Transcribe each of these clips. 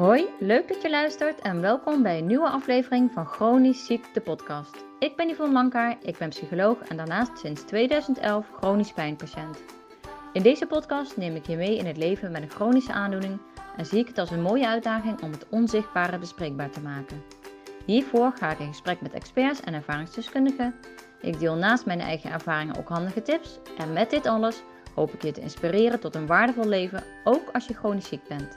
Hoi, leuk dat je luistert en welkom bij een nieuwe aflevering van Chronisch Ziek, de podcast. Ik ben Yvonne Lankaar, ik ben psycholoog en daarnaast sinds 2011 chronisch pijnpatiënt. In deze podcast neem ik je mee in het leven met een chronische aandoening en zie ik het als een mooie uitdaging om het onzichtbare bespreekbaar te maken. Hiervoor ga ik in gesprek met experts en ervaringsdeskundigen. Ik deel naast mijn eigen ervaringen ook handige tips en met dit alles hoop ik je te inspireren tot een waardevol leven, ook als je chronisch ziek bent.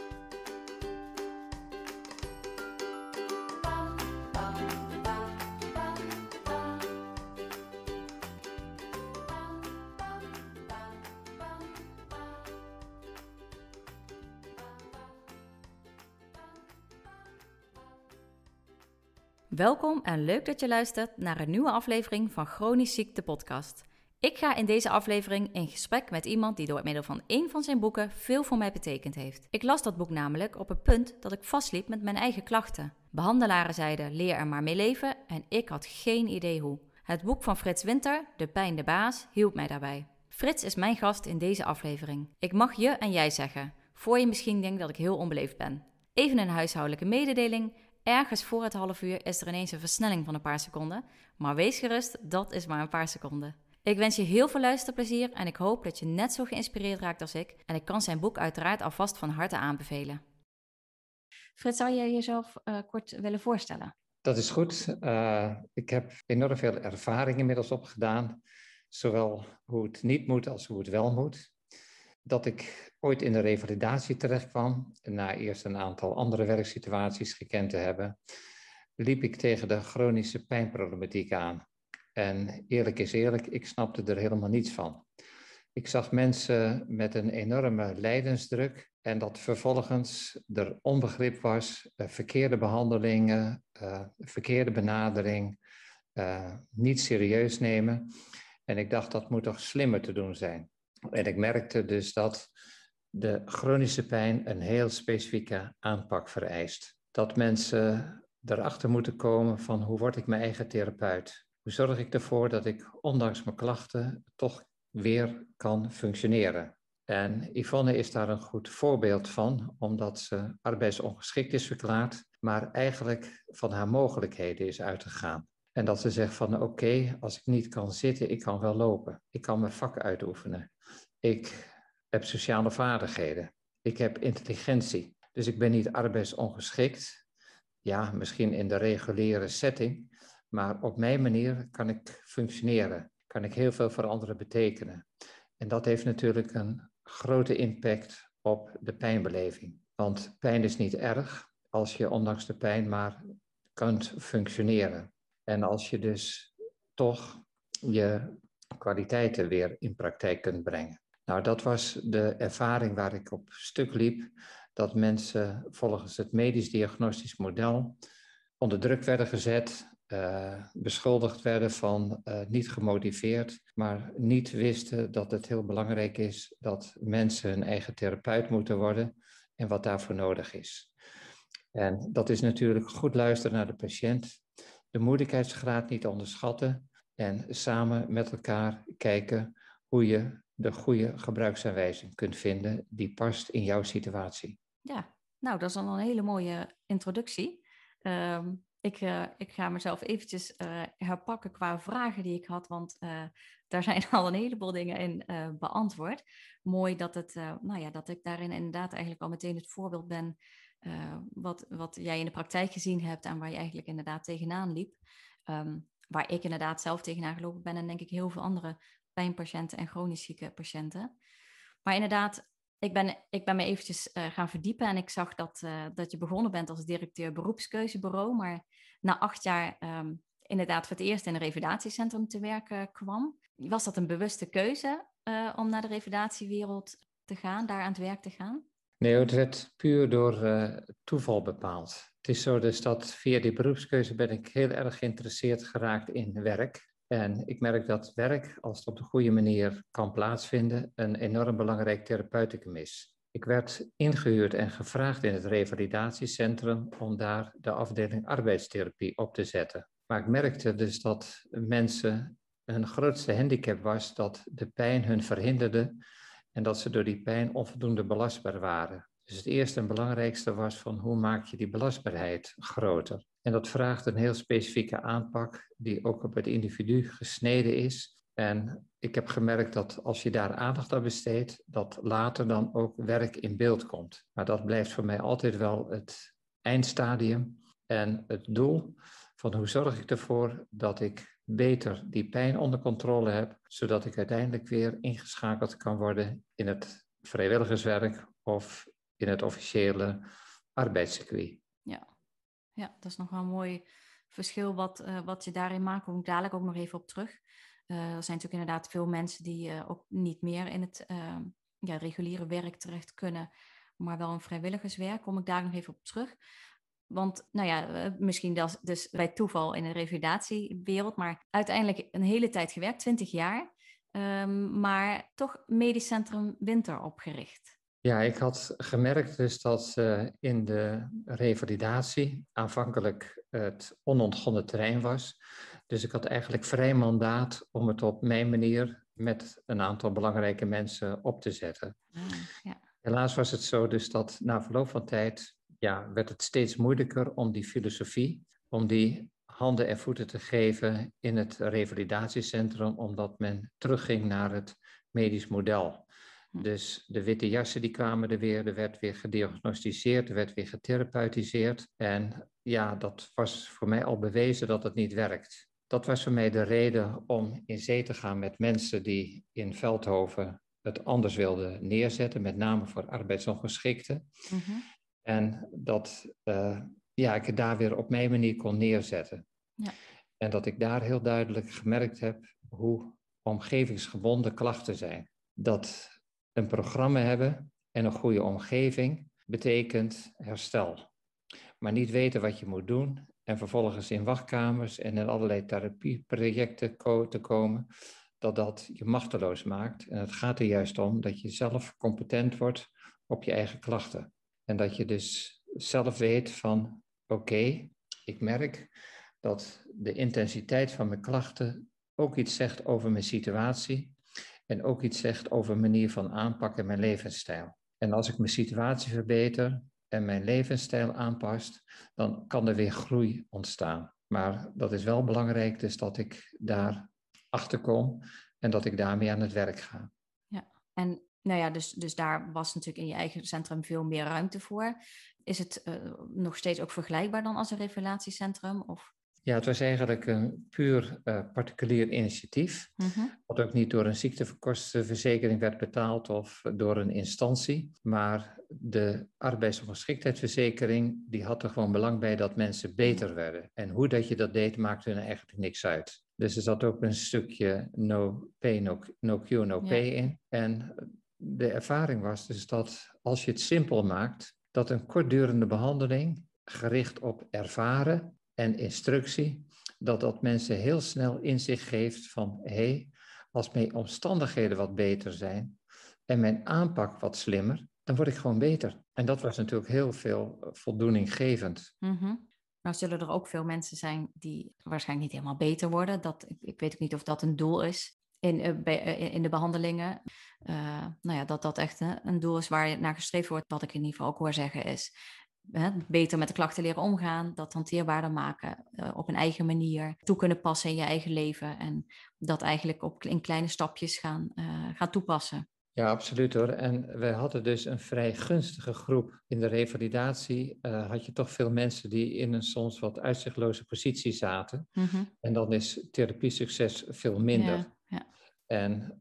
Welkom en leuk dat je luistert naar een nieuwe aflevering van Chronisch Ziek, de podcast. Ik ga in deze aflevering in gesprek met iemand die door middel van één van zijn boeken veel voor mij betekend heeft. Ik las dat boek namelijk op het punt dat ik vastliep met mijn eigen klachten. Behandelaren zeiden leer er maar mee leven en ik had geen idee hoe. Het boek van Frits Winter, De Pijn de Baas, hielp mij daarbij. Frits is mijn gast in deze aflevering. Ik mag je en jij zeggen, voor je misschien denkt dat ik heel onbeleefd ben. Even een huishoudelijke mededeling. Ergens voor het half uur is er ineens een versnelling van een paar seconden, maar wees gerust, dat is maar een paar seconden. Ik wens je heel veel luisterplezier en ik hoop dat je net zo geïnspireerd raakt als ik en ik kan zijn boek uiteraard alvast van harte aanbevelen. Frits, zou je jezelf kort willen voorstellen? Dat is goed. Ik heb enorm veel ervaring inmiddels opgedaan, zowel hoe het niet moet als hoe het wel moet. Dat ik ooit in de revalidatie terecht kwam, na eerst een aantal andere werksituaties gekend te hebben, liep ik tegen de chronische pijnproblematiek aan. En eerlijk is eerlijk, ik snapte er helemaal niets van. Ik zag mensen met een enorme lijdensdruk en dat vervolgens er onbegrip was, verkeerde behandelingen, verkeerde benadering, niet serieus nemen. En ik dacht, dat moet toch slimmer te doen zijn. En ik merkte dus dat de chronische pijn een heel specifieke aanpak vereist. Dat mensen erachter moeten komen van hoe word ik mijn eigen therapeut? Hoe zorg ik ervoor dat ik ondanks mijn klachten toch weer kan functioneren? En Yvonne is daar een goed voorbeeld van, omdat ze arbeidsongeschikt is verklaard, maar eigenlijk van haar mogelijkheden is uitgegaan. En dat ze zegt van oké, als ik niet kan zitten, ik kan wel lopen. Ik kan mijn vak uitoefenen. Ik heb sociale vaardigheden. Ik heb intelligentie. Dus ik ben niet arbeidsongeschikt. Ja, misschien in de reguliere setting. Maar op mijn manier kan ik functioneren. Kan ik heel veel voor anderen betekenen. En dat heeft natuurlijk een grote impact op de pijnbeleving. Want pijn is niet erg als je ondanks de pijn maar kunt functioneren. En als je dus toch je kwaliteiten weer in praktijk kunt brengen. Nou, dat was de ervaring waar ik op stuk liep, dat mensen volgens het medisch-diagnostisch model onder druk werden gezet, beschuldigd werden van niet gemotiveerd, maar niet wisten dat het heel belangrijk is dat mensen hun eigen therapeut moeten worden en wat daarvoor nodig is. En dat is natuurlijk goed luisteren naar de patiënt, de moeilijkheidsgraad niet onderschatten en samen met elkaar kijken hoe je de goede gebruiksaanwijzing kunt vinden die past in jouw situatie. Ja, nou dat is al een hele mooie introductie. Ik ga mezelf eventjes herpakken qua vragen die ik had, want daar zijn al een heleboel dingen in beantwoord. Mooi dat, dat ik daarin inderdaad eigenlijk al meteen het voorbeeld ben wat jij in de praktijk gezien hebt en waar je eigenlijk inderdaad tegenaan liep. Waar ik inderdaad zelf tegenaan gelopen ben en denk ik heel veel andere pijnpatiënten en chronisch zieke patiënten. Maar inderdaad, ik ben me eventjes gaan verdiepen en ik zag dat je begonnen bent als directeur beroepskeuzebureau, maar na 8 jaar inderdaad voor het eerst in een revalidatiecentrum te werken kwam. Was dat een bewuste keuze om naar de revalidatiewereld te gaan, daar aan het werk te gaan? Nee, het werd puur door toeval bepaald. Het is zo dus dat via die beroepskeuze ben ik heel erg geïnteresseerd geraakt in werk. En ik merk dat werk, als het op de goede manier kan plaatsvinden, een enorm belangrijk therapeuticum is. Ik werd ingehuurd en gevraagd in het revalidatiecentrum om daar de afdeling arbeidstherapie op te zetten. Maar ik merkte dus dat mensen, hun grootste handicap was dat de pijn hun verhinderde en dat ze door die pijn onvoldoende belastbaar waren. Dus het eerste en belangrijkste was van hoe maak je die belastbaarheid groter? En dat vraagt een heel specifieke aanpak die ook op het individu gesneden is. En ik heb gemerkt dat als je daar aandacht aan besteedt, dat later dan ook werk in beeld komt. Maar dat blijft voor mij altijd wel het eindstadium en het doel van hoe zorg ik ervoor dat ik beter die pijn onder controle heb, zodat ik uiteindelijk weer ingeschakeld kan worden in het vrijwilligerswerk of in het officiële arbeidscircuit. Ja, dat is nog wel een mooi verschil wat je daarin maakt. Kom ik dadelijk ook nog even op terug. Er zijn natuurlijk inderdaad veel mensen die ook niet meer in het reguliere werk terecht kunnen, maar wel een vrijwilligerswerk. Kom ik daar nog even op terug. Want misschien dat dus bij toeval in de revalidatiewereld, maar uiteindelijk een hele tijd gewerkt, 20 jaar. Maar toch Medisch Centrum Winter opgericht. Ja, ik had gemerkt dus dat in de revalidatie aanvankelijk het onontgonnen terrein was. Dus ik had eigenlijk vrij mandaat om het op mijn manier met een aantal belangrijke mensen op te zetten. Ja. Helaas was het zo dus dat na verloop van tijd werd het steeds moeilijker om die filosofie, om die handen en voeten te geven in het revalidatiecentrum, omdat men terugging naar het medisch model. Dus de witte jassen die kwamen er weer, er werd weer gediagnosticeerd, er werd weer getherapeutiseerd. En ja, dat was voor mij al bewezen dat het niet werkt. Dat was voor mij de reden om in zee te gaan met mensen die in Veldhoven het anders wilden neerzetten, met name voor arbeidsongeschikten. Mm-hmm. En dat ik het daar weer op mijn manier kon neerzetten. Ja. En dat ik daar heel duidelijk gemerkt heb hoe omgevingsgebonden klachten zijn. Dat een programma hebben en een goede omgeving betekent herstel. Maar niet weten wat je moet doen en vervolgens in wachtkamers en in allerlei therapieprojecten te komen, dat je machteloos maakt. En het gaat er juist om dat je zelf competent wordt op je eigen klachten. En dat je dus zelf weet van oké, ik merk dat de intensiteit van mijn klachten ook iets zegt over mijn situatie en ook iets zegt over mijn manier van aanpak en mijn levensstijl. En als ik mijn situatie verbeter en mijn levensstijl aanpast, dan kan er weer groei ontstaan. Maar dat is wel belangrijk, dus dat ik daar achter kom en dat ik daarmee aan het werk ga. Ja, en dus daar was natuurlijk in je eigen centrum veel meer ruimte voor. Is het nog steeds ook vergelijkbaar dan als een revalidatiecentrum? Of? Ja, het was eigenlijk een puur particulier initiatief. Mm-hmm. Wat ook niet door een ziektekostenverzekering werd betaald of door een instantie. Maar de arbeidsongeschiktheidsverzekering die had er gewoon belang bij dat mensen beter werden. En hoe dat je dat deed, maakte er eigenlijk niks uit. Dus er zat ook een stukje no pay, no cure, no pay in. En de ervaring was dus dat als je het simpel maakt, dat een kortdurende behandeling gericht op ervaren en instructie, dat mensen heel snel inzicht geeft van als mijn omstandigheden wat beter zijn en mijn aanpak wat slimmer, dan word ik gewoon beter. En dat was natuurlijk heel veel voldoeninggevend. Mm-hmm. Nou zullen er ook veel mensen zijn die waarschijnlijk niet helemaal beter worden. Ik weet ook niet of dat een doel is in de behandelingen. Dat echt een doel is waar naar gestreefd wordt. Wat ik in ieder geval ook hoor zeggen is beter met de klachten leren omgaan, dat hanteerbaarder maken, op een eigen manier toe kunnen passen in je eigen leven en dat eigenlijk in kleine stapjes gaan toepassen. Ja, absoluut hoor. En wij hadden dus een vrij gunstige groep. In de revalidatie had je toch veel mensen die in een soms wat uitzichtloze positie zaten. Mm-hmm. En dan is therapiesucces veel minder. Ja. En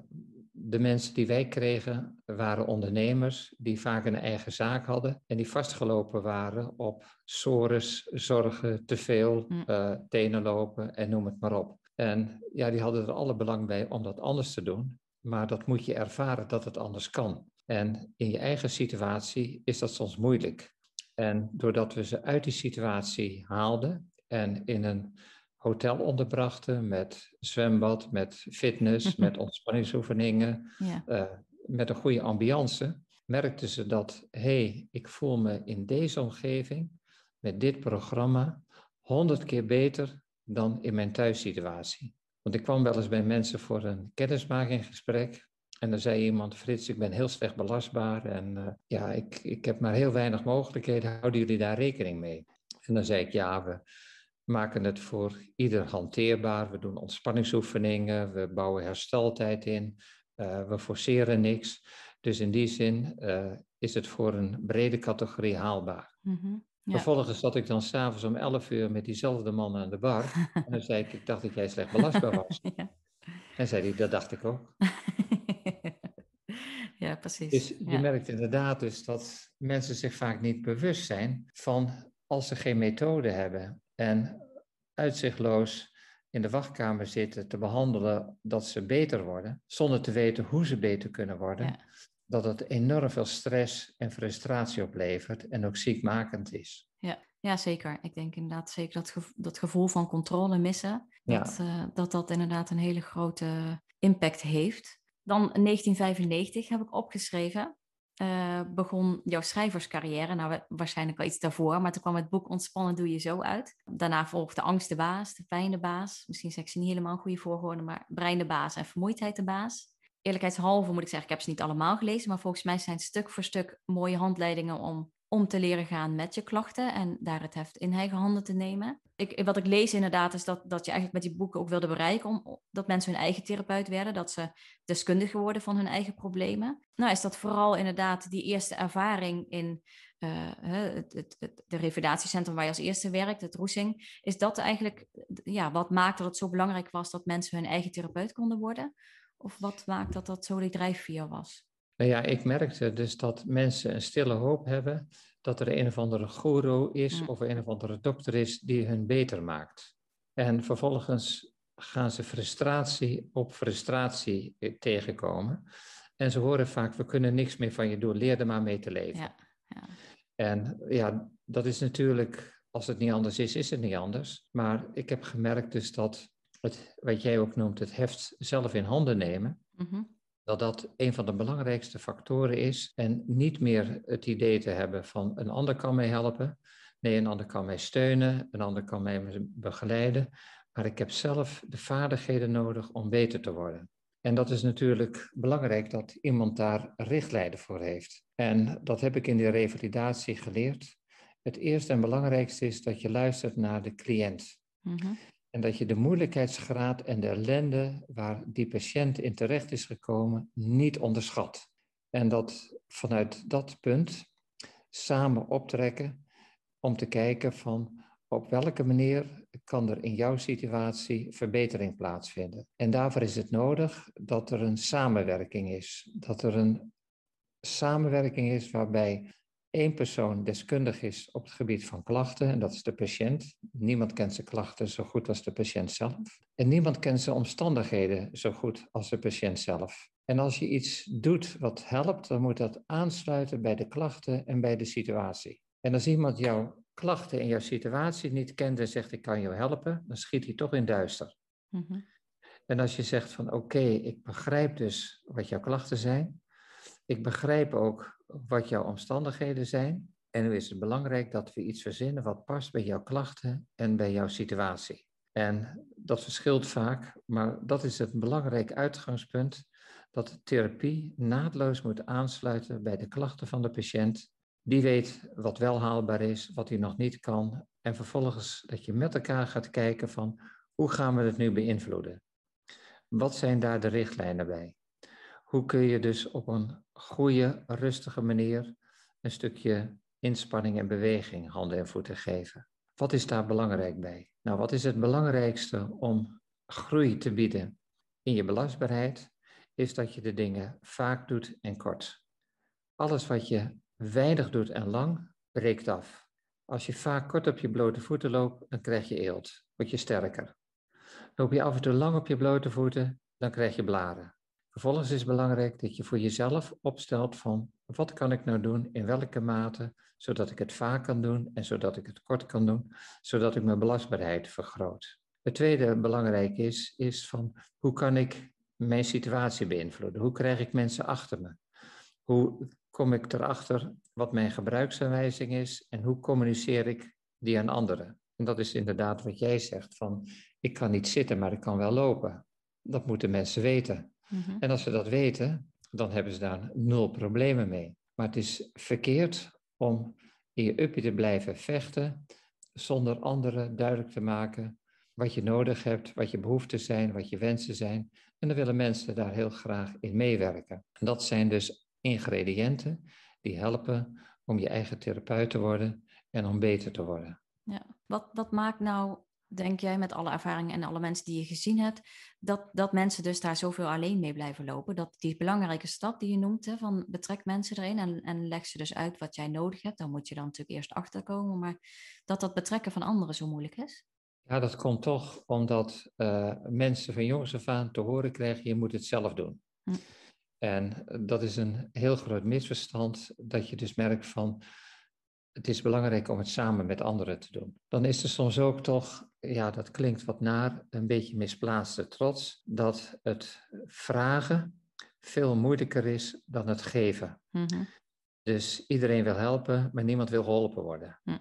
de mensen die wij kregen waren ondernemers die vaak een eigen zaak hadden en die vastgelopen waren op sores, zorgen, te veel, tenen lopen en noem het maar op. En ja, die hadden er alle belang bij om dat anders te doen, maar dat moet je ervaren dat het anders kan. En in je eigen situatie is dat soms moeilijk. En doordat we ze uit die situatie haalden en in een hotel onderbrachten met zwembad, met fitness, met ontspanningsoefeningen, met een goede ambiance, merkten ze dat, ik voel me in deze omgeving, met dit programma, 100 keer beter dan in mijn thuissituatie. Want ik kwam wel eens bij mensen voor een kennismakingsgesprek En dan zei iemand, Frits, ik ben heel slecht belastbaar en ik heb maar heel weinig mogelijkheden. Houden jullie daar rekening mee? En dan zei ik, ja, we maken het voor ieder hanteerbaar. We doen ontspanningsoefeningen, we bouwen hersteltijd in, we forceren niks. Dus in die zin is het voor een brede categorie haalbaar. Mm-hmm. Ja. Vervolgens zat ik dan 's avonds om 11 uur met diezelfde man aan de bar. En dan zei ik dacht dat jij slecht belastbaar was. Ja. En zei hij, dat dacht ik ook. Ja, precies. Dus je merkt inderdaad dus dat mensen zich vaak niet bewust zijn van als ze geen methode hebben en uitzichtloos in de wachtkamer zitten te behandelen dat ze beter worden, zonder te weten hoe ze beter kunnen worden, dat het enorm veel stress en frustratie oplevert en ook ziekmakend is. Ja, zeker. Ik denk inderdaad zeker dat gevoel van controle missen, dat inderdaad een hele grote impact heeft. Dan 1995 heb ik opgeschreven, begon jouw schrijverscarrière. Nou, waarschijnlijk wel iets daarvoor, maar toen kwam het boek Ontspannen doe je zo uit. Daarna volgde Angst de baas, de pijn de baas. Misschien zeg ik ze niet helemaal een goede volgorde, maar Brein de baas en Vermoeidheid de baas. Eerlijkheidshalve moet ik zeggen, ik heb ze niet allemaal gelezen, maar volgens mij zijn stuk voor stuk mooie handleidingen om te leren gaan met je klachten en daar het heft in eigen handen te nemen. Wat ik lees inderdaad is dat je eigenlijk met die boeken ook wilde bereiken dat mensen hun eigen therapeut werden, dat ze deskundig worden van hun eigen problemen. Nou is dat vooral inderdaad die eerste ervaring in de revalidatiecentrum waar je als eerste werkt, het Roesing. Is dat eigenlijk wat maakt dat het zo belangrijk was dat mensen hun eigen therapeut konden worden? Of wat maakt dat zo die drijfveer was? Nou ja, ik merkte dus dat mensen een stille hoop hebben dat er een of andere goeroe is of een of andere dokter is die hun beter maakt. En vervolgens gaan ze frustratie op frustratie tegenkomen. En ze horen vaak, we kunnen niks meer van je doen, leer er maar mee te leven. Ja. En dat is natuurlijk, als het niet anders is, is het niet anders. Maar ik heb gemerkt dus dat wat jij ook noemt, het heft zelf in handen nemen, dat een van de belangrijkste factoren is. En niet meer het idee te hebben van een ander kan mij helpen. Nee, een ander kan mij steunen, een ander kan mij begeleiden. Maar ik heb zelf de vaardigheden nodig om beter te worden. En dat is natuurlijk belangrijk dat iemand daar richtlijnen voor heeft. En dat heb ik in de revalidatie geleerd. Het eerste en belangrijkste is dat je luistert naar de cliënt. En dat je de moeilijkheidsgraad en de ellende waar die patiënt in terecht is gekomen niet onderschat. En dat vanuit dat punt samen optrekken om te kijken van op welke manier kan er in jouw situatie verbetering plaatsvinden. En daarvoor is het nodig dat er een samenwerking is. Dat er een samenwerking is waarbij één persoon deskundig is op het gebied van klachten, en dat is de patiënt. Niemand kent zijn klachten zo goed als de patiënt zelf. En niemand kent zijn omstandigheden zo goed als de patiënt zelf. En als je iets doet wat helpt, dan moet dat aansluiten bij de klachten en bij de situatie. En als iemand jouw klachten en jouw situatie niet kent en zegt ik kan jou helpen, dan schiet hij toch in duister. En als je zegt van oké, ik begrijp dus wat jouw klachten zijn. Ik begrijp ook wat jouw omstandigheden zijn. En nu is het belangrijk dat we iets verzinnen wat past bij jouw klachten en bij jouw situatie. En dat verschilt vaak, maar dat is het belangrijk uitgangspunt, dat de therapie naadloos moet aansluiten bij de klachten van de patiënt. Die weet wat wel haalbaar is, wat hij nog niet kan. En vervolgens dat je met elkaar gaat kijken van hoe gaan we het nu beïnvloeden? Wat zijn daar de richtlijnen bij? Hoe kun je dus op een goede, rustige manier een stukje inspanning en beweging handen en voeten geven? Wat is daar belangrijk bij? Nou, wat is het belangrijkste om groei te bieden in je belastbaarheid? Is dat je de dingen vaak doet en kort. Alles wat je weinig doet en lang, breekt af. Als je vaak kort op je blote voeten loopt, dan krijg je eelt. Word je sterker. Loop je af en toe lang op je blote voeten, dan krijg je blaren. Vervolgens is het belangrijk dat je voor jezelf opstelt van wat kan ik nou doen, in welke mate, zodat ik het vaak kan doen en zodat ik het kort kan doen, zodat ik mijn belastbaarheid vergroot. Het tweede belangrijk is van hoe kan ik mijn situatie beïnvloeden? Hoe krijg ik mensen achter me? Hoe kom ik erachter wat mijn gebruiksaanwijzing is en hoe communiceer ik die aan anderen? En dat is inderdaad wat jij zegt van ik kan niet zitten, maar ik kan wel lopen. Dat moeten mensen weten. En als ze dat weten, dan hebben ze daar 0 problemen mee. Maar het is verkeerd om in je uppie te blijven vechten zonder anderen duidelijk te maken wat je nodig hebt, wat je behoeften zijn, wat je wensen zijn. En dan willen mensen daar heel graag in meewerken. En dat zijn dus ingrediënten die helpen om je eigen therapeut te worden en om beter te worden. Ja. Wat maakt nou, denk jij, met alle ervaringen en alle mensen die je gezien hebt, dat mensen dus daar zoveel alleen mee blijven lopen? Dat die belangrijke stap die je noemt, hè, van betrek mensen erin en leg ze dus uit wat jij nodig hebt. Dan moet je dan natuurlijk eerst achterkomen, maar dat betrekken van anderen zo moeilijk is? Ja, dat komt toch omdat mensen van jongs af aan te horen krijgen, je moet het zelf doen. Hm. En dat is een heel groot misverstand, dat je dus merkt van, het is belangrijk om het samen met anderen te doen. Dan is er soms ook toch, ja, dat klinkt wat naar, een beetje misplaatste trots, dat het vragen veel moeilijker is dan het geven. Mm-hmm. Dus iedereen wil helpen, maar niemand wil geholpen worden. Hm.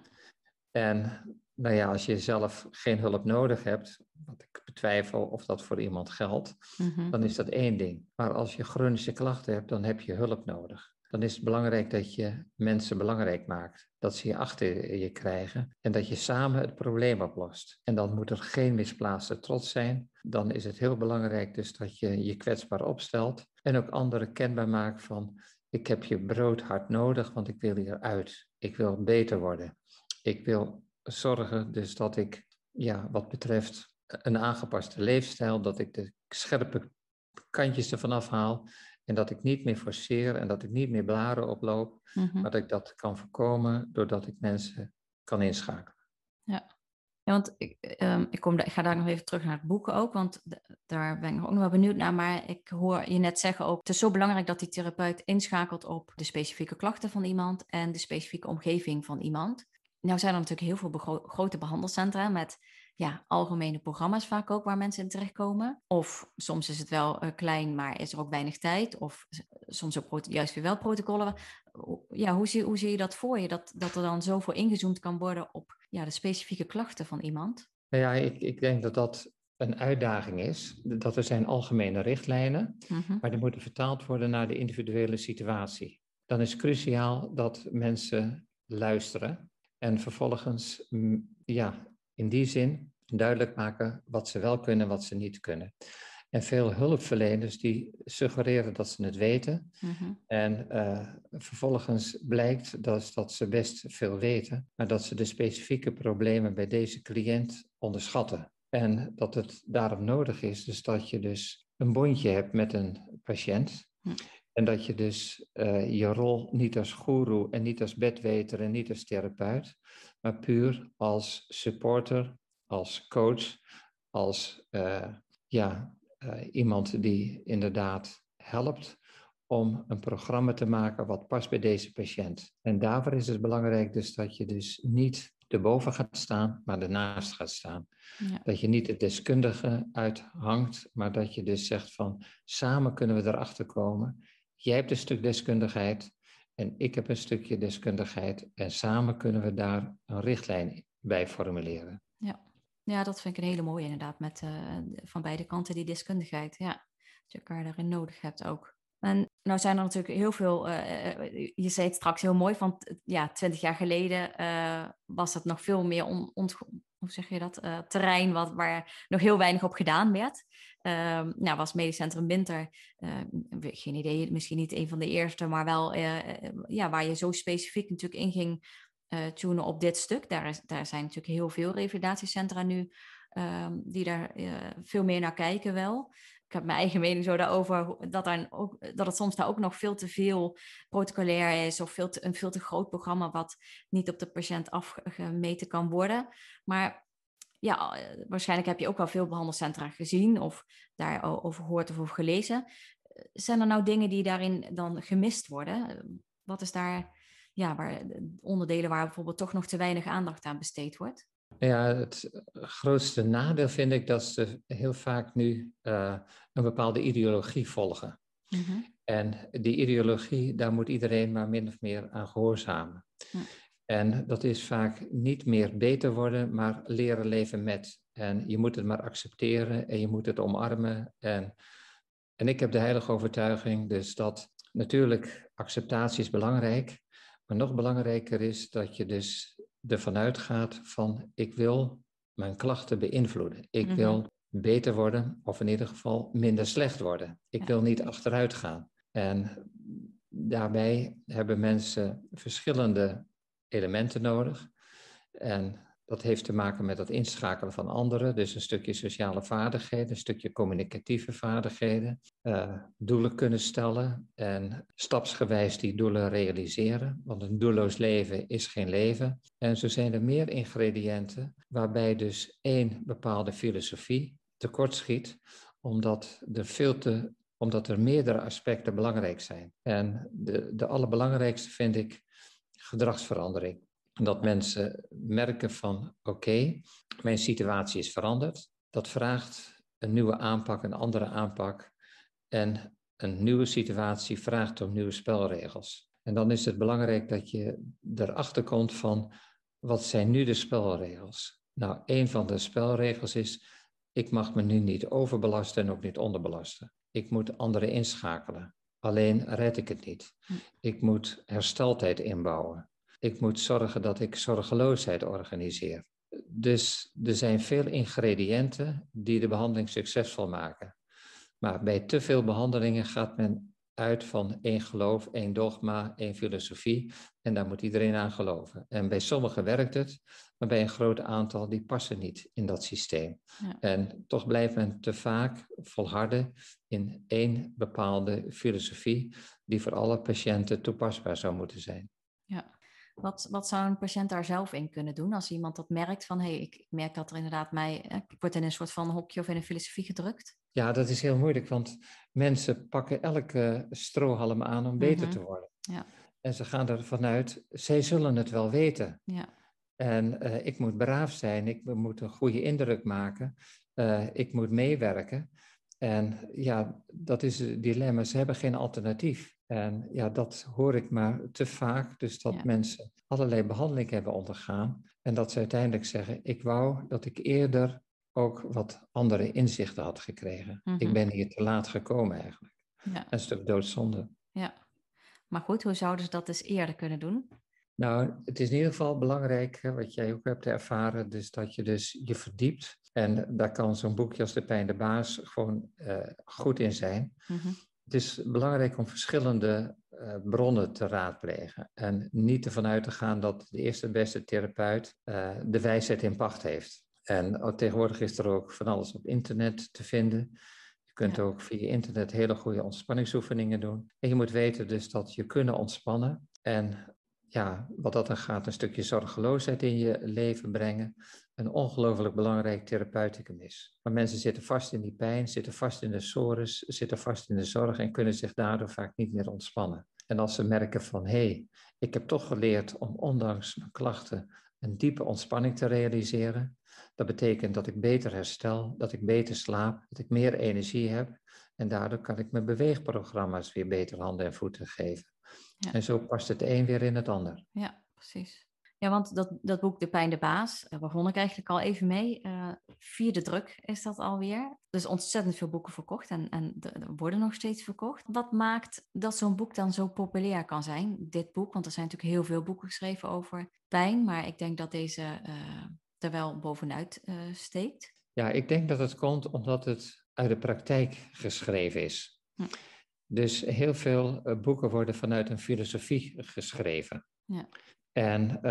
En nou ja, als je zelf geen hulp nodig hebt, want ik betwijfel of dat voor iemand geldt, Mm-hmm. dan is dat één ding. Maar als je chronische klachten hebt, dan heb je hulp nodig. Dan is het belangrijk dat je mensen belangrijk maakt. Dat ze je achter je krijgen en dat je samen het probleem oplost. En dan moet er geen misplaatste trots zijn. Dan is het heel belangrijk dus dat je je kwetsbaar opstelt en ook anderen kenbaar maakt van, ik heb je brood hard nodig, want ik wil hieruit. Ik wil beter worden. Ik wil zorgen dus dat ik, ja, wat betreft een aangepaste leefstijl, dat ik de scherpe kantjes ervan afhaal en dat ik niet meer forceer en dat ik niet meer blaren oploop, Mm-hmm. maar dat ik dat kan voorkomen doordat ik mensen kan inschakelen. Ja. Ja, want ik ga daar nog even terug naar het boeken ook, want daar ben ik ook nog wel benieuwd naar. Maar ik hoor je net zeggen ook, het is zo belangrijk dat die therapeut inschakelt op de specifieke klachten van iemand en de specifieke omgeving van iemand. Nou zijn er natuurlijk heel veel grote behandelcentra met algemene programma's vaak ook waar mensen in terechtkomen. Of soms is het wel klein, maar is er ook weinig tijd. Of soms ook juist weer wel protocollen. Ja, hoe zie je dat voor je? Dat er dan zoveel ingezoomd kan worden op de specifieke klachten van iemand? Nou ja, ik denk dat dat een uitdaging is. Dat er zijn algemene richtlijnen, Mm-hmm. maar die moeten vertaald worden naar de individuele situatie. Dan is cruciaal dat mensen luisteren en vervolgens, in die zin duidelijk maken wat ze wel kunnen en wat ze niet kunnen. En veel hulpverleners die suggereren dat ze het weten. Mm-hmm. En vervolgens blijkt dat ze best veel weten, maar dat ze de specifieke problemen bij deze cliënt onderschatten. En dat het daarom nodig is dus dat je dus een bondje hebt met een patiënt. En dat je dus je rol niet als goeroe en niet als bedweter en niet als therapeut, maar puur als supporter, als coach, als iemand die inderdaad helpt om een programma te maken wat past bij deze patiënt. En daarvoor is het belangrijk dus dat je dus niet erboven gaat staan, maar ernaast gaat staan. Ja. Dat je niet de deskundige uithangt, maar dat je dus zegt van, samen kunnen we erachter komen. Jij hebt een stuk deskundigheid en ik heb een stukje deskundigheid en samen kunnen we daar een richtlijn bij formuleren. Ja, dat vind ik een hele mooie inderdaad, met van beide kanten die deskundigheid. Ja, dat je elkaar daarin nodig hebt ook. En nou zijn er natuurlijk heel veel, je zei het straks heel mooi, van 20 jaar geleden was dat nog veel meer hoe zeg je dat, terrein waar nog heel weinig op gedaan werd. Was Medisch Centrum Winter, geen idee, misschien niet een van de eerste, maar wel waar je zo specifiek natuurlijk in ging tunen op dit stuk. Daar zijn natuurlijk heel veel revalidatiecentra nu die daar veel meer naar kijken wel. Ik heb mijn eigen mening zo daarover, dat het soms daar ook nog veel te veel protocolair is of een veel te groot programma wat niet op de patiënt afgemeten kan worden. Maar ja, waarschijnlijk heb je ook wel veel behandelcentra gezien of daarover gehoord of over gelezen. Zijn er nou dingen die daarin dan gemist worden? Wat is daar onderdelen waar bijvoorbeeld toch nog te weinig aandacht aan besteed wordt? Ja, het grootste nadeel vind ik dat ze heel vaak nu een bepaalde ideologie volgen. Mm-hmm. En die ideologie, daar moet iedereen maar min of meer aan gehoorzamen. Mm. En dat is vaak niet meer beter worden, maar leren leven met. En je moet het maar accepteren en je moet het omarmen. En En ik heb de heilige overtuiging dus dat natuurlijk acceptatie is belangrijk, maar nog belangrijker is dat je dus ervan uitgaat van ik wil mijn klachten beïnvloeden. Ik wil beter worden of in ieder geval minder slecht worden. Ik wil niet achteruit gaan. En daarbij hebben mensen verschillende elementen nodig. En dat heeft te maken met het inschakelen van anderen. Dus een stukje sociale vaardigheden, een stukje communicatieve vaardigheden. Doelen kunnen stellen en stapsgewijs die doelen realiseren. Want een doelloos leven is geen leven. En zo zijn er meer ingrediënten waarbij dus één bepaalde filosofie tekortschiet, omdat er meerdere aspecten belangrijk zijn. En de allerbelangrijkste vind ik gedragsverandering. Dat mensen merken van oké, mijn situatie is veranderd. Dat vraagt een nieuwe aanpak, een andere aanpak. En een nieuwe situatie vraagt om nieuwe spelregels. En dan is het belangrijk dat je erachter komt van wat zijn nu de spelregels? Nou, een van de spelregels is, ik mag me nu niet overbelasten en ook niet onderbelasten. Ik moet anderen inschakelen. Alleen red ik het niet. Ik moet hersteltijd inbouwen. Ik moet zorgen dat ik zorgeloosheid organiseer. Dus er zijn veel ingrediënten die de behandeling succesvol maken. Maar bij te veel behandelingen gaat men uit van één geloof, één dogma, één filosofie. En daar moet iedereen aan geloven. En bij sommigen werkt het, maar bij een groot aantal die passen niet in dat systeem. Ja. En toch blijft men te vaak volharden in één bepaalde filosofie die voor alle patiënten toepasbaar zou moeten zijn. Ja. Wat zou een patiënt daar zelf in kunnen doen als iemand dat merkt van ik merk dat er inderdaad ik word in een soort van hokje of in een filosofie gedrukt? Ja, dat is heel moeilijk, want mensen pakken elke strohalm aan om beter te worden. Ja. En ze gaan ervan uit, zij zullen het wel weten. Ja. En ik moet braaf zijn, ik moet een goede indruk maken, ik moet meewerken. En ja, dat is het dilemma, ze hebben geen alternatief. En ja, dat hoor ik maar te vaak, dus dat mensen allerlei behandeling hebben ondergaan. En dat ze uiteindelijk zeggen, ik wou dat ik eerder ook wat andere inzichten had gekregen. Ik ben hier te laat gekomen eigenlijk. Ja. Een stuk doodzonde. Ja, maar goed, hoe zouden ze dat dus eerder kunnen doen? Nou, het is in ieder geval belangrijk, wat jij ook hebt ervaren, dus dat je dus je verdiept. En daar kan zo'n boekje als De Pijn de Baas gewoon goed in zijn. Het is belangrijk om verschillende bronnen te raadplegen. En niet ervan uit te gaan dat de eerste beste therapeut de wijsheid in pacht heeft. En tegenwoordig is er ook van alles op internet te vinden. Je kunt ook via internet hele goede ontspanningsoefeningen doen. En je moet weten dus dat je kunnen ontspannen en ja, wat dat dan gaat, een stukje zorgeloosheid in je leven brengen, een ongelooflijk belangrijk therapeuticum is. Maar mensen zitten vast in die pijn, zitten vast in de sores, zitten vast in de zorg en kunnen zich daardoor vaak niet meer ontspannen. En als ze merken van, hé, ik heb toch geleerd om ondanks mijn klachten een diepe ontspanning te realiseren. Dat betekent dat ik beter herstel, dat ik beter slaap, dat ik meer energie heb. En daardoor kan ik mijn beweegprogramma's weer beter handen en voeten geven. Ja. En zo past het een weer in het ander. Ja, precies. Ja, want dat boek De Pijn de Baas, daar begon ik eigenlijk al even mee. 4e druk is dat alweer. Dus ontzettend veel boeken verkocht en er worden nog steeds verkocht. Wat maakt dat zo'n boek dan zo populair kan zijn, dit boek? Want er zijn natuurlijk heel veel boeken geschreven over pijn, maar ik denk dat deze er wel bovenuit steekt. Ja, ik denk dat het komt omdat het uit de praktijk geschreven is. Dus heel veel boeken worden vanuit een filosofie geschreven. Ja. En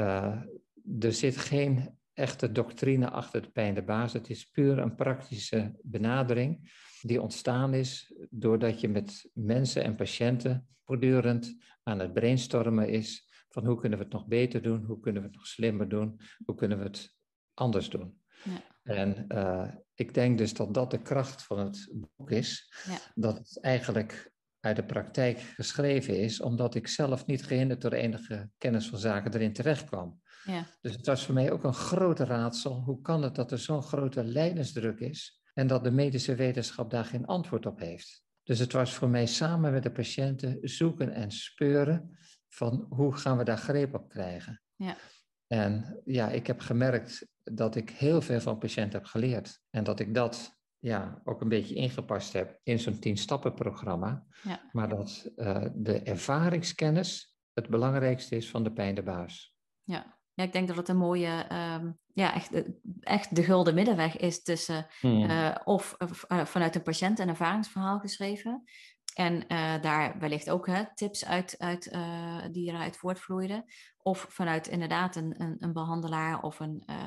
er zit geen echte doctrine achter De Pijn de Baas. Het is puur een praktische benadering die ontstaan is doordat je met mensen en patiënten voortdurend aan het brainstormen is van hoe kunnen we het nog beter doen, hoe kunnen we het nog slimmer doen, hoe kunnen we het anders doen. Ja. En ik denk dus dat dat de kracht van het boek is, dat het eigenlijk uit de praktijk geschreven is, omdat ik zelf niet gehinderd door enige kennis van zaken erin terecht kwam. Ja. Dus het was voor mij ook een grote raadsel. Hoe kan het dat er zo'n grote lijdensdruk is en dat de medische wetenschap daar geen antwoord op heeft? Dus het was voor mij samen met de patiënten zoeken en speuren van hoe gaan we daar greep op krijgen. Ja. En ja, ik heb gemerkt dat ik heel veel van patiënten heb geleerd en dat ik dat ook een beetje ingepast heb in zo'n 10-stappen-programma. Ja. Maar dat de ervaringskennis het belangrijkste is van de pijn de baas. Ja. Ja, ik denk dat het een mooie, echt de gulden middenweg is tussen vanuit een patiënt een ervaringsverhaal geschreven. En daar wellicht ook tips die eruit voortvloeiden. Of vanuit inderdaad een behandelaar of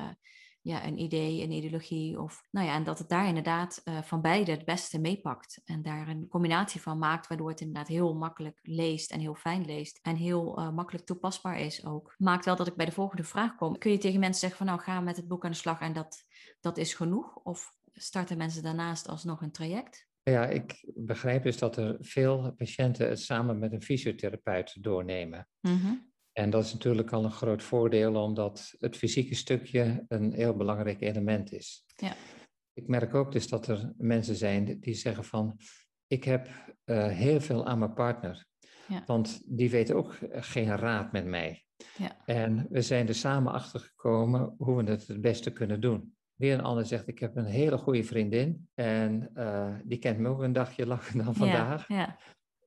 een idee, een ideologie. En dat het daar inderdaad van beide het beste meepakt. En daar een combinatie van maakt, waardoor het inderdaad heel makkelijk leest en heel fijn leest. En heel makkelijk toepasbaar is ook. Maakt wel dat ik bij de volgende vraag kom. Kun je tegen mensen zeggen van nou, ga met het boek aan de slag en dat is genoeg? Of starten mensen daarnaast alsnog een traject? Ja, ik begrijp dus dat er veel patiënten het samen met een fysiotherapeut doornemen. Mm-hmm. En dat is natuurlijk al een groot voordeel, omdat het fysieke stukje een heel belangrijk element is. Ja. Ik merk ook dus dat er mensen zijn die zeggen van, ik heb heel veel aan mijn partner. Ja. Want die weet ook geen raad met mij. Ja. En we zijn er samen achter gekomen hoe we het beste kunnen doen. Weer een ander zegt, ik heb een hele goede vriendin en die kent me ook een dagje langer dan vandaag. Ja.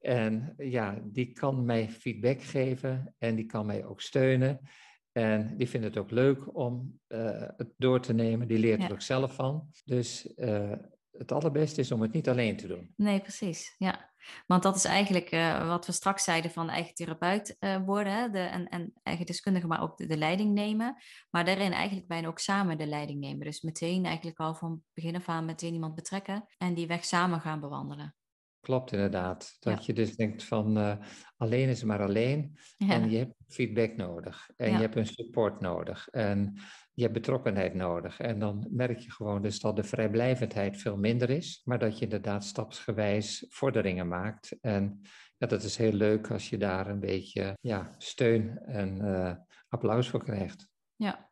En die kan mij feedback geven en die kan mij ook steunen. En die vindt het ook leuk om het door te nemen. Die leert er ook zelf van. Dus het allerbeste is om het niet alleen te doen. Nee, precies. Ja, want dat is eigenlijk wat we straks zeiden van eigen therapeut worden. Hè? En eigen deskundige, maar ook de leiding nemen. Maar daarin eigenlijk bijna ook samen de leiding nemen. Dus meteen eigenlijk al van begin af aan meteen iemand betrekken. En die weg samen gaan bewandelen. Klopt inderdaad. Dat je dus denkt van alleen is maar alleen. Ja. En je hebt feedback nodig. En je hebt een support nodig. En je hebt betrokkenheid nodig. En dan merk je gewoon dus dat de vrijblijvendheid veel minder is. Maar dat je inderdaad stapsgewijs vorderingen maakt. En dat is heel leuk als je daar een beetje steun en applaus voor krijgt. Ja.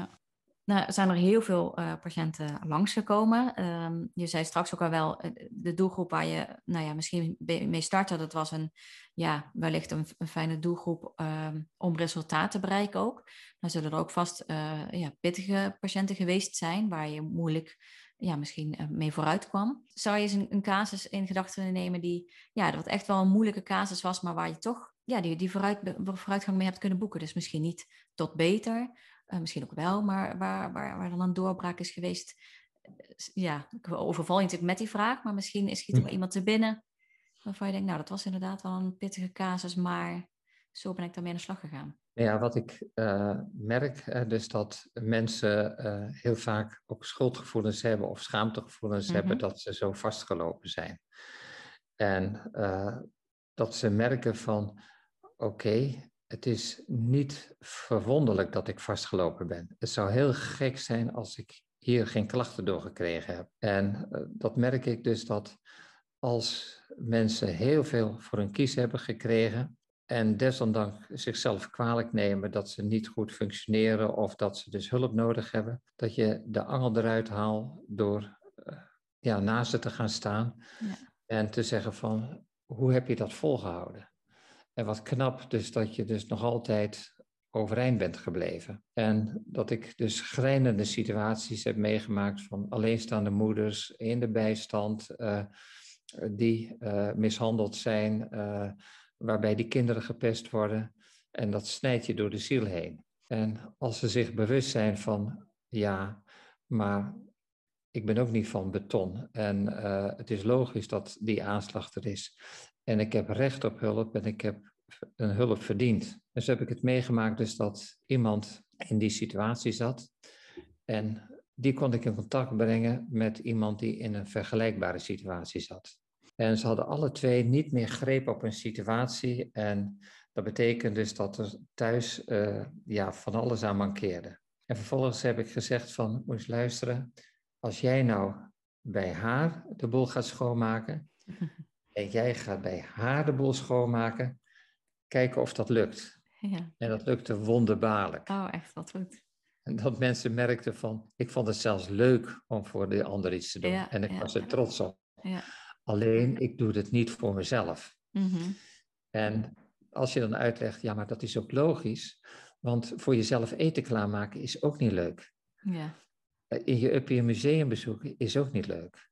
Nou, er zijn er heel veel patiënten langsgekomen. Je zei straks ook al wel, de doelgroep waar je misschien mee startte, dat was wellicht een fijne doelgroep om resultaat te bereiken ook. Dan zullen er ook vast pittige patiënten geweest zijn, waar je moeilijk misschien mee vooruit kwam. Zou je eens een casus in gedachten nemen wat echt wel een moeilijke casus was, maar waar je toch die vooruitgang mee hebt kunnen boeken? Dus misschien niet tot beter, misschien ook wel, maar waar dan een doorbraak is geweest. Ik overval je natuurlijk met die vraag, maar misschien schiet er wel iemand te binnen waarvan je denkt, nou, dat was inderdaad wel een pittige casus, maar zo ben ik daarmee aan de slag gegaan. Ja, wat ik merk, dus dat mensen heel vaak ook schuldgevoelens hebben of schaamtegevoelens hebben dat ze zo vastgelopen zijn. En dat ze merken van, oké, het is niet verwonderlijk dat ik vastgelopen ben. Het zou heel gek zijn als ik hier geen klachten door gekregen heb. En dat merk ik dus dat als mensen heel veel voor hun kies hebben gekregen en desondanks zichzelf kwalijk nemen dat ze niet goed functioneren of dat ze dus hulp nodig hebben, dat je de angel eruit haalt door naast ze te gaan staan en te zeggen van, hoe heb je dat volgehouden? En wat knap dus dat je dus nog altijd overeind bent gebleven. En dat ik dus schrijnende situaties heb meegemaakt van alleenstaande moeders in de bijstand die mishandeld zijn, waarbij die kinderen gepest worden. En dat snijdt je door de ziel heen. En als ze zich bewust zijn van, maar ik ben ook niet van beton. En het is logisch dat die aanslag er is. En ik heb recht op hulp en ik heb een hulp verdiend. Dus heb ik het meegemaakt dus dat iemand in die situatie zat. En die kon ik in contact brengen met iemand die in een vergelijkbare situatie zat. En ze hadden alle twee niet meer greep op hun situatie. En dat betekent dus dat er thuis van alles aan mankeerde. En vervolgens heb ik gezegd van, moet eens luisteren. Als jij nou bij haar de boel gaat schoonmaken en jij gaat bij haar de boel schoonmaken, kijken of dat lukt. Ja. En dat lukte wonderbaarlijk. Oh, echt wat goed. En dat mensen merkten van, ik vond het zelfs leuk om voor de ander iets te doen. En ik was er trots op. Ja. Alleen, ik doe het niet voor mezelf. Mm-hmm. En als je dan uitlegt, maar dat is ook logisch. Want voor jezelf eten klaarmaken is ook niet leuk. Ja. In je museum bezoeken is ook niet leuk.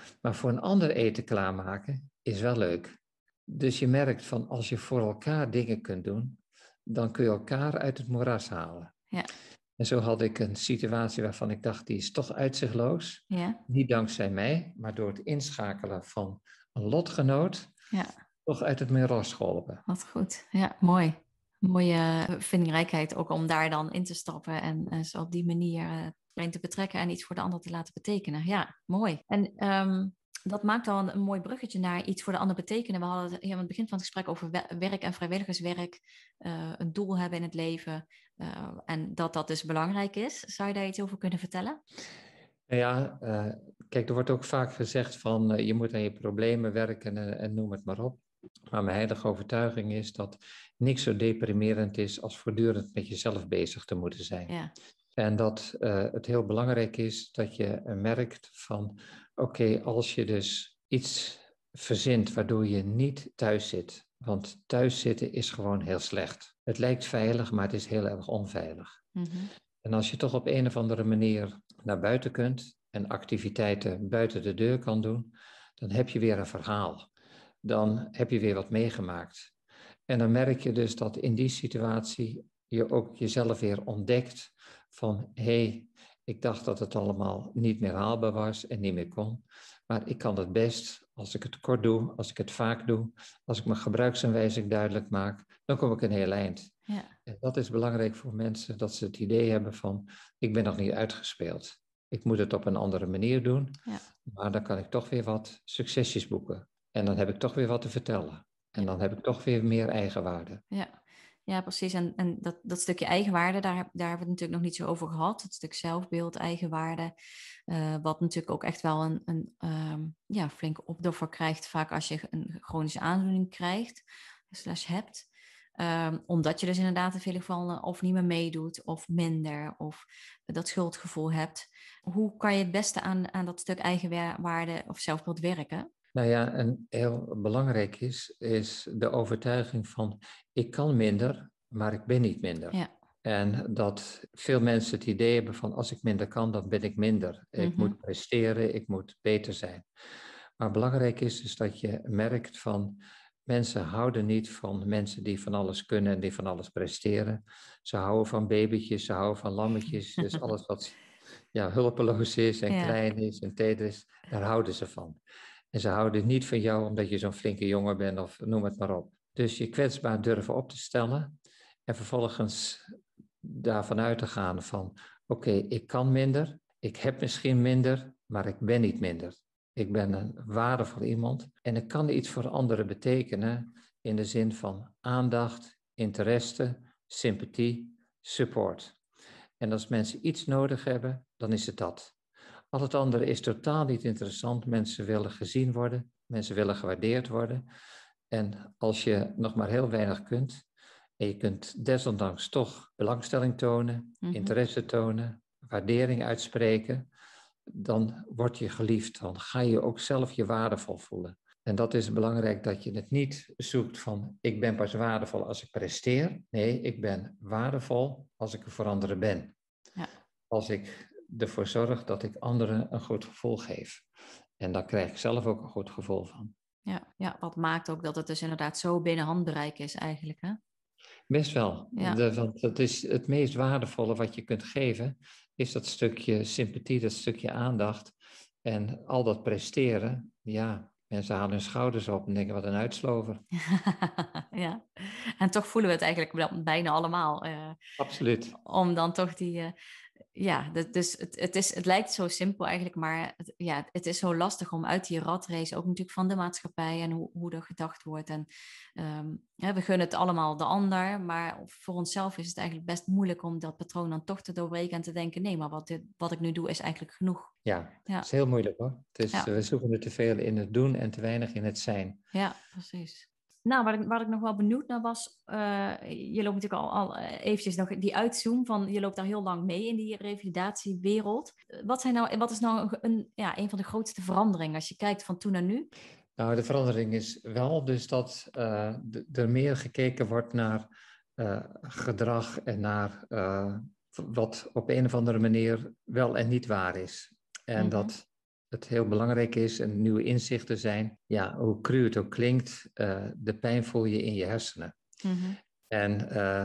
Maar voor een ander eten klaarmaken is wel leuk. Dus je merkt van als je voor elkaar dingen kunt doen, dan kun je elkaar uit het moeras halen. Ja. En zo had ik een situatie waarvan ik dacht, die is toch uitzichtloos. Ja. Niet dankzij mij, maar door het inschakelen van een lotgenoot, Ja. toch uit het moeras geholpen. Wat goed. Ja, mooi. Mooie vindingrijkheid ook om daar dan in te stappen en zo op die manier erin te betrekken en iets voor de ander te laten betekenen. Ja, mooi. En dat maakt dan een mooi bruggetje naar iets voor de ander betekenen. We hadden het hier aan het begin van het gesprek over werk en vrijwilligerswerk, een doel hebben in het leven en dat dus belangrijk is. Zou je daar iets over kunnen vertellen? Nou ja, kijk, er wordt ook vaak gezegd van je moet aan je problemen werken en noem het maar op. Maar mijn heilige overtuiging is dat niks zo deprimerend is als voortdurend met jezelf bezig te moeten zijn. Ja. En dat het heel belangrijk is dat je merkt van, oké, als je dus iets verzint waardoor je niet thuis zit. Want thuis zitten is gewoon heel slecht. Het lijkt veilig, maar het is heel erg onveilig. Mm-hmm. En als je toch op een of andere manier naar buiten kunt en activiteiten buiten de deur kan doen, dan heb je weer een verhaal. Dan heb je weer wat meegemaakt. En dan merk je dus dat in die situatie je ook jezelf weer ontdekt van hé, ik dacht dat het allemaal niet meer haalbaar was en niet meer kon. Maar ik kan het best als ik het kort doe, als ik het vaak doe, als ik mijn gebruiksaanwijzing duidelijk maak, dan kom ik een heel eind. Ja. En dat is belangrijk voor mensen, dat ze het idee hebben van ik ben nog niet uitgespeeld. Ik moet het op een andere manier doen, Ja. maar dan kan ik toch weer wat succesjes boeken. En dan heb ik toch weer wat te vertellen. En dan heb ik toch weer meer eigenwaarde. Ja. Ja, precies. En dat stukje eigenwaarde, daar hebben we het natuurlijk nog niet zo over gehad. Het stuk zelfbeeld, eigenwaarde. Wat natuurlijk ook echt wel een flinke opdoffer krijgt, vaak als je een chronische aandoening krijgt, / hebt. Omdat je dus inderdaad in vele gevallen of niet meer meedoet, of minder, of dat schuldgevoel hebt. Hoe kan je het beste aan dat stuk eigenwaarde of zelfbeeld werken? Nou ja, en heel belangrijk is de overtuiging van ik kan minder, maar ik ben niet minder. Ja. En dat veel mensen het idee hebben van als ik minder kan, dan ben ik minder. Ik moet presteren, ik moet beter zijn. Maar belangrijk is dat je merkt van mensen houden niet van mensen die van alles kunnen en die van alles presteren. Ze houden van babytjes, ze houden van lammetjes. Dus alles wat hulpeloos is en klein is en teder is, daar houden ze van. En ze houden niet van jou omdat je zo'n flinke jongen bent of noem het maar op. Dus je kwetsbaar durven op te stellen en vervolgens daarvan uit te gaan van oké, ik kan minder, ik heb misschien minder, maar ik ben niet minder. Ik ben een waardevol iemand en ik kan iets voor anderen betekenen in de zin van aandacht, interesse, sympathie, support. En als mensen iets nodig hebben, dan is het dat. Al het andere is totaal niet interessant. Mensen willen gezien worden, mensen willen gewaardeerd worden. En als je nog maar heel weinig kunt, en je kunt desondanks toch belangstelling tonen, interesse tonen, waardering uitspreken, dan word je geliefd. Dan ga je ook zelf je waardevol voelen. En dat is belangrijk dat je het niet zoekt van ik ben pas waardevol als ik presteer. Nee, ik ben waardevol als ik er voor anderen ben. Ja. Als ik ervoor zorg dat ik anderen een goed gevoel geef. En daar krijg ik zelf ook een goed gevoel van. Ja, wat maakt ook dat het dus inderdaad zo binnen handbereik is eigenlijk, hè? Best wel. Ja. Want dat is het meest waardevolle wat je kunt geven, is dat stukje sympathie, dat stukje aandacht. En al dat presteren, ja, mensen halen hun schouders op en denken wat een uitslover. Ja, en toch voelen we het eigenlijk bijna allemaal. Absoluut. Om dan toch dus het lijkt zo simpel eigenlijk, maar het is zo lastig om uit die ratrace, ook natuurlijk van de maatschappij en hoe er gedacht wordt. En we gunnen het allemaal de ander, maar voor onszelf is het eigenlijk best moeilijk om dat patroon dan toch te doorbreken en te denken, nee, maar wat ik nu doe is eigenlijk genoeg. Ja, het is heel moeilijk hoor. We zoeken er te veel in het doen en te weinig in het zijn. Ja, precies. Nou, wat ik nog wel benieuwd naar was, je loopt natuurlijk al eventjes nog die uitzoom van, je loopt daar heel lang mee in die revalidatiewereld. Wat is nou een van de grootste veranderingen als je kijkt van toen naar nu? Nou, de verandering is wel dus dat er meer gekeken wordt naar gedrag en naar wat op een of andere manier wel en niet waar is. En dat het heel belangrijk is en nieuwe inzichten zijn. Ja, hoe cru het ook klinkt, de pijn voel je in je hersenen. Mm-hmm. En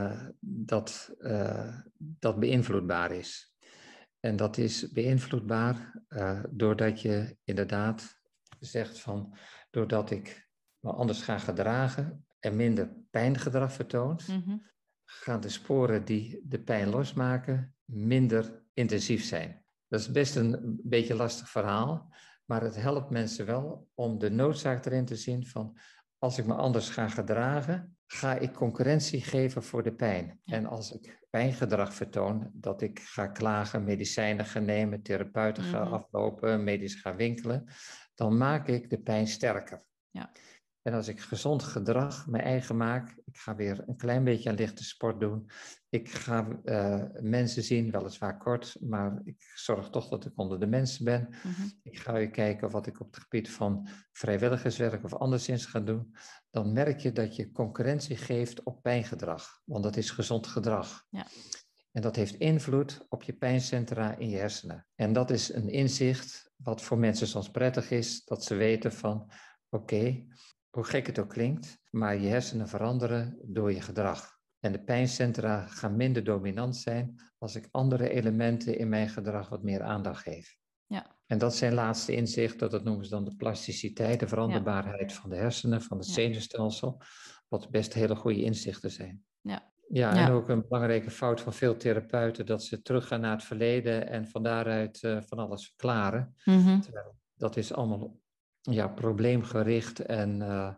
dat beïnvloedbaar is. En dat is beïnvloedbaar doordat je inderdaad zegt van, doordat ik me anders ga gedragen en minder pijngedrag vertoont, gaan de sporen die de pijn losmaken minder intensief zijn. Dat is best een beetje lastig verhaal, maar het helpt mensen wel om de noodzaak erin te zien van, als ik me anders ga gedragen, ga ik concurrentie geven voor de pijn. Ja. En als ik pijngedrag vertoon, dat ik ga klagen, medicijnen ga nemen, therapeuten ga aflopen, medisch ga winkelen, dan maak ik de pijn sterker. Ja. En als ik gezond gedrag mijn eigen maak, ik ga weer een klein beetje aan lichte sport doen. Ik ga mensen zien, weliswaar kort, maar ik zorg toch dat ik onder de mensen ben. Ik ga weer kijken wat ik op het gebied van vrijwilligerswerk of anderszins ga doen. Dan merk je dat je concurrentie geeft op pijngedrag, want dat is gezond gedrag. Ja. En dat heeft invloed op je pijncentra in je hersenen. En dat is een inzicht wat voor mensen soms prettig is, dat ze weten van, oké, hoe gek het ook klinkt, maar je hersenen veranderen door je gedrag. En de pijncentra gaan minder dominant zijn als ik andere elementen in mijn gedrag wat meer aandacht geef. Ja. En dat zijn laatste inzichten, dat noemen ze dan de plasticiteit, de veranderbaarheid van de hersenen, van het zenuwstelsel, wat best hele goede inzichten zijn. Ja, en ook een belangrijke fout van veel therapeuten, dat ze teruggaan naar het verleden en van daaruit van alles verklaren. Terwijl dat is allemaal probleemgericht en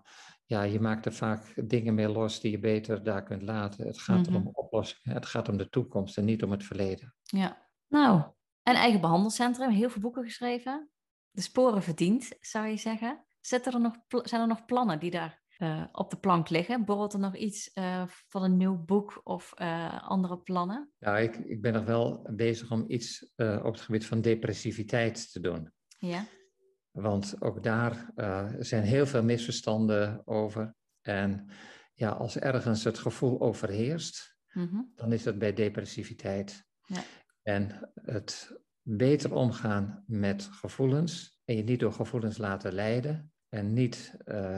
je maakt er vaak dingen mee los die je beter daar kunt laten. Het gaat om oplossingen, het gaat om de toekomst en niet om het verleden. Ja, nou, een eigen behandelcentrum, heel veel boeken geschreven. De sporen verdiend, zou je zeggen. Zijn er nog plannen die daar op de plank liggen? Borrelt er nog iets van een nieuw boek of andere plannen? Ja, ik ben nog wel bezig om iets op het gebied van depressiviteit te doen. Ja. Want ook daar zijn heel veel misverstanden over. En als ergens het gevoel overheerst, dan is dat bij depressiviteit. Ja. En het beter omgaan met gevoelens en je niet door gevoelens laten leiden en niet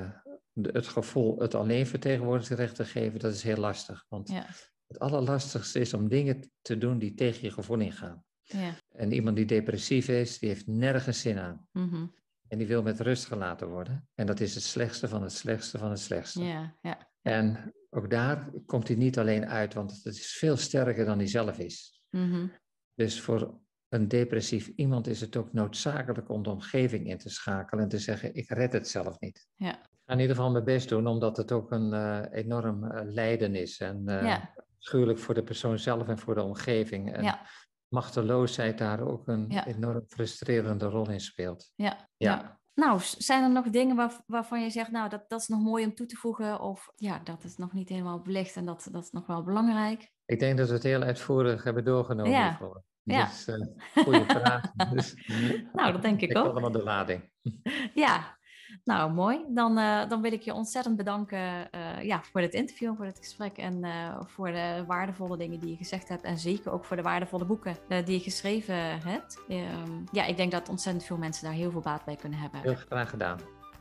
het gevoel het alleen vertegenwoordigingsrecht te geven, dat is heel lastig. Want het allerlastigste is om dingen te doen die tegen je gevoel ingaan. Ja. En iemand die depressief is, die heeft nergens zin aan. En die wil met rust gelaten worden. En dat is het slechtste van het slechtste van het slechtste. Ja. En ook daar komt hij niet alleen uit, want het is veel sterker dan hij zelf is. Dus voor een depressief iemand is het ook noodzakelijk om de omgeving in te schakelen en te zeggen, ik red het zelf niet. Ja. Ik ga in ieder geval mijn best doen, omdat het ook een enorm lijden is. En schuwelijk voor de persoon zelf en voor de omgeving. En machteloosheid daar ook een enorm frustrerende rol in speelt. Ja. Nou, zijn er nog dingen waarvan je zegt, nou, dat is nog mooi om toe te voegen? Of dat is nog niet helemaal belicht en dat is nog wel belangrijk? Ik denk dat we het heel uitvoerig hebben doorgenomen. Hiervoor. Dus goede vraag. Dus, nou, dat denk ik ook. Allemaal de lading. Ja, nou mooi. Dan wil ik je ontzettend bedanken voor dit interview, voor dit gesprek en voor de waardevolle dingen die je gezegd hebt. En zeker ook voor de waardevolle boeken die je geschreven hebt. Ik denk dat ontzettend veel mensen daar heel veel baat bij kunnen hebben. Heel graag gedaan.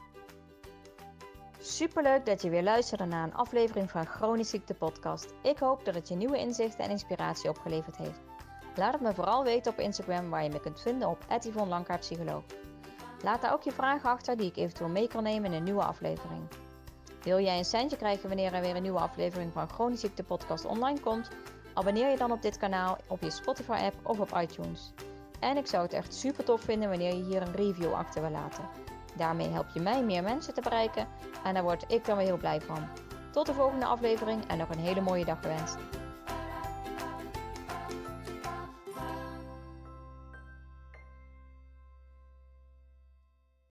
Superleuk dat je weer luisterde naar een aflevering van Chronisch Ziekte Podcast. Ik hoop dat het je nieuwe inzichten en inspiratie opgeleverd heeft. Laat het me vooral weten op Instagram, waar je me kunt vinden op @YvonneLankaartPsycholoog. Laat daar ook je vragen achter die ik eventueel mee kan nemen in een nieuwe aflevering. Wil jij een seintje krijgen wanneer er weer een nieuwe aflevering van Chronisch Ziekte Podcast online komt? Abonneer je dan op dit kanaal op je Spotify app of op iTunes. En ik zou het echt super tof vinden wanneer je hier een review achter wil laten. Daarmee help je mij meer mensen te bereiken en daar word ik dan weer heel blij van. Tot de volgende aflevering en nog een hele mooie dag gewenst.